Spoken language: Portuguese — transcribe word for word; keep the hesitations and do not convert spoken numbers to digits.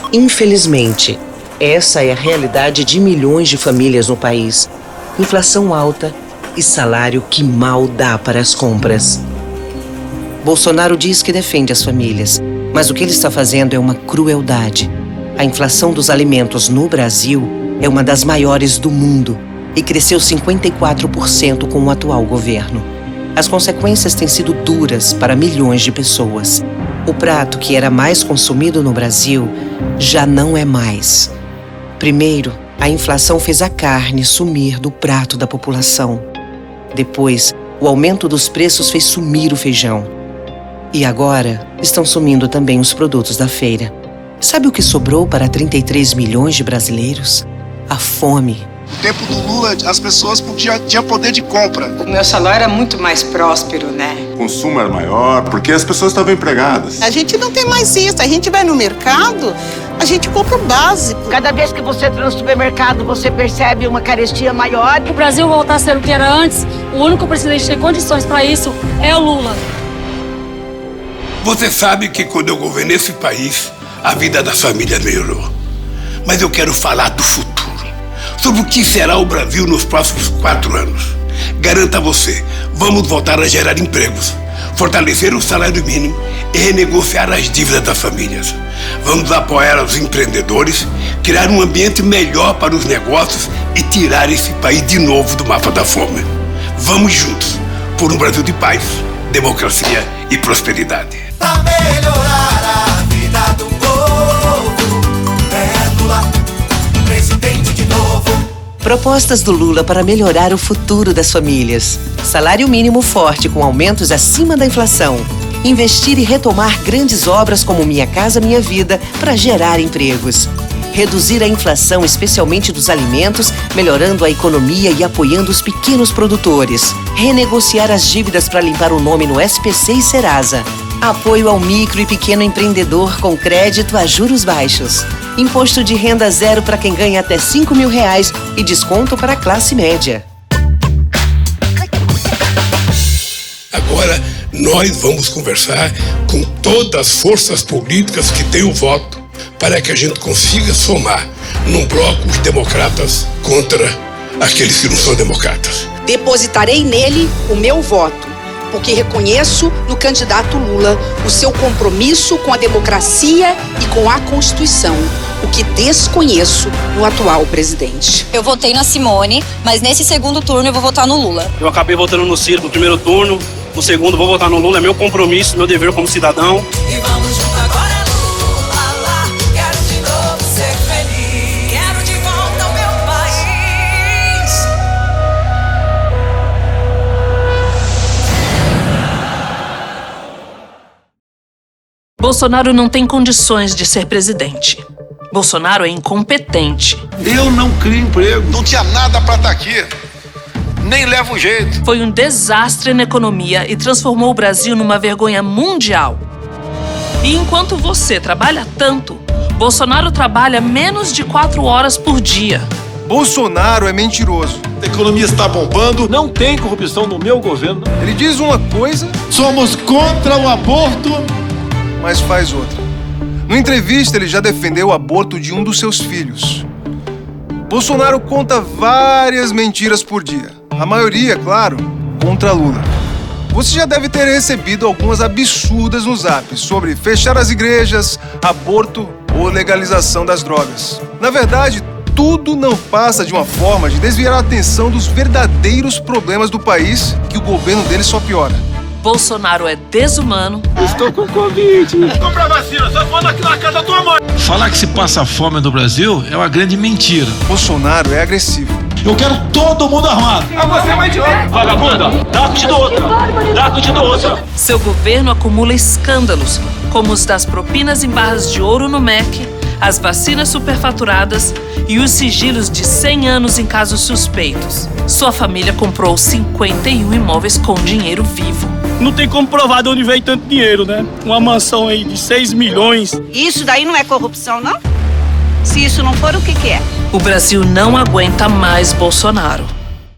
Infelizmente, essa é a realidade de milhões de famílias no país. Inflação alta e salário que mal dá para as compras. Bolsonaro diz que defende as famílias, mas o que ele está fazendo é uma crueldade. A inflação dos alimentos no Brasil é uma das maiores do mundo e cresceu cinquenta e quatro por cento com o atual governo. As consequências têm sido duras para milhões de pessoas. O prato que era mais consumido no Brasil já não é mais. Primeiro, a inflação fez a carne sumir do prato da população. Depois, o aumento dos preços fez sumir o feijão. E agora, estão sumindo também os produtos da feira. Sabe o que sobrou para trinta e três milhões de brasileiros? A fome. No tempo do Lula, as pessoas podiam, tinham poder de compra. O meu salário era muito mais próspero, né? O consumo era maior porque as pessoas estavam empregadas. A gente não tem mais isso. A gente vai no mercado, a gente compra o básico. Cada vez que você entra no supermercado, você percebe uma carestia maior. O Brasil voltar a ser o que era antes, o único presidente que tem condições para isso é o Lula. Você sabe que quando eu governei esse país, a vida das famílias melhorou. Mas eu quero falar do futuro. Sobre o que será o Brasil nos próximos quatro anos. Garanto a você, vamos voltar a gerar empregos, fortalecer o salário mínimo e renegociar as dívidas das famílias. Vamos apoiar os empreendedores, criar um ambiente melhor para os negócios e tirar esse país de novo do mapa da fome. Vamos juntos por um Brasil de paz, democracia e prosperidade. Pra melhorar a vida do povo, é Lula, presidente de novo. Propostas do Lula para melhorar o futuro das famílias. Salário mínimo forte com aumentos acima da inflação. Investir e retomar grandes obras como Minha Casa Minha Vida para gerar empregos. Reduzir a inflação, especialmente dos alimentos, melhorando a economia e apoiando os pequenos produtores. Renegociar as dívidas para limpar o nome no S P C e Serasa. Apoio ao micro e pequeno empreendedor com crédito a juros baixos. Imposto de renda zero para quem ganha até cinco mil reais e desconto para a classe média. Agora, nós vamos conversar com todas as forças políticas que têm o voto para que a gente consiga somar num bloco os democratas contra aqueles que não são democratas. Depositarei nele o meu voto, porque reconheço no candidato Lula o seu compromisso com a democracia e com a Constituição, o que desconheço no atual presidente. Eu votei na Simone, mas nesse segundo turno eu vou votar no Lula. Eu acabei votando no Ciro no primeiro turno, no segundo vou votar no Lula, é meu compromisso, meu dever como cidadão. E vamos junto agora, Lula, lá, quero de novo ser feliz, quero de volta ao meu país. Bolsonaro não tem condições de ser presidente. Bolsonaro é incompetente. Eu não crio emprego. Não tinha nada pra estar aqui. Nem leva o jeito. Foi um desastre na economia e transformou o Brasil numa vergonha mundial. E enquanto você trabalha tanto, Bolsonaro trabalha menos de quatro horas por dia. Bolsonaro é mentiroso. A economia está bombando, não tem corrupção no meu governo. Ele diz uma coisa, somos contra o aborto, mas faz outra. Numa entrevista, ele já defendeu o aborto de um dos seus filhos. Bolsonaro conta várias mentiras por dia. A maioria, claro, contra Lula. Você já deve ter recebido algumas absurdas no Zap sobre fechar as igrejas, aborto ou legalização das drogas. Na verdade, tudo não passa de uma forma de desviar a atenção dos verdadeiros problemas do país que o governo dele só piora. Bolsonaro é desumano. Estou com Covid. Compra a vacina, só manda aqui na casa da tua mãe. Falar que se passa fome no Brasil é uma grande mentira. Bolsonaro é agressivo. Eu quero todo mundo armado. Ah, você é mais idiota. Vagabunda, dá que te dou outra. Dá que te dou outra. Seu governo acumula escândalos, como os das propinas em barras de ouro no M E C, as vacinas superfaturadas e os sigilos de cem anos em casos suspeitos. Sua família comprou cinquenta e um imóveis com dinheiro vivo. Não tem como provar de onde veio tanto dinheiro, né? Uma mansão aí de seis milhões. Isso daí não é corrupção, não? Se isso não for, o que que é? O Brasil não aguenta mais Bolsonaro.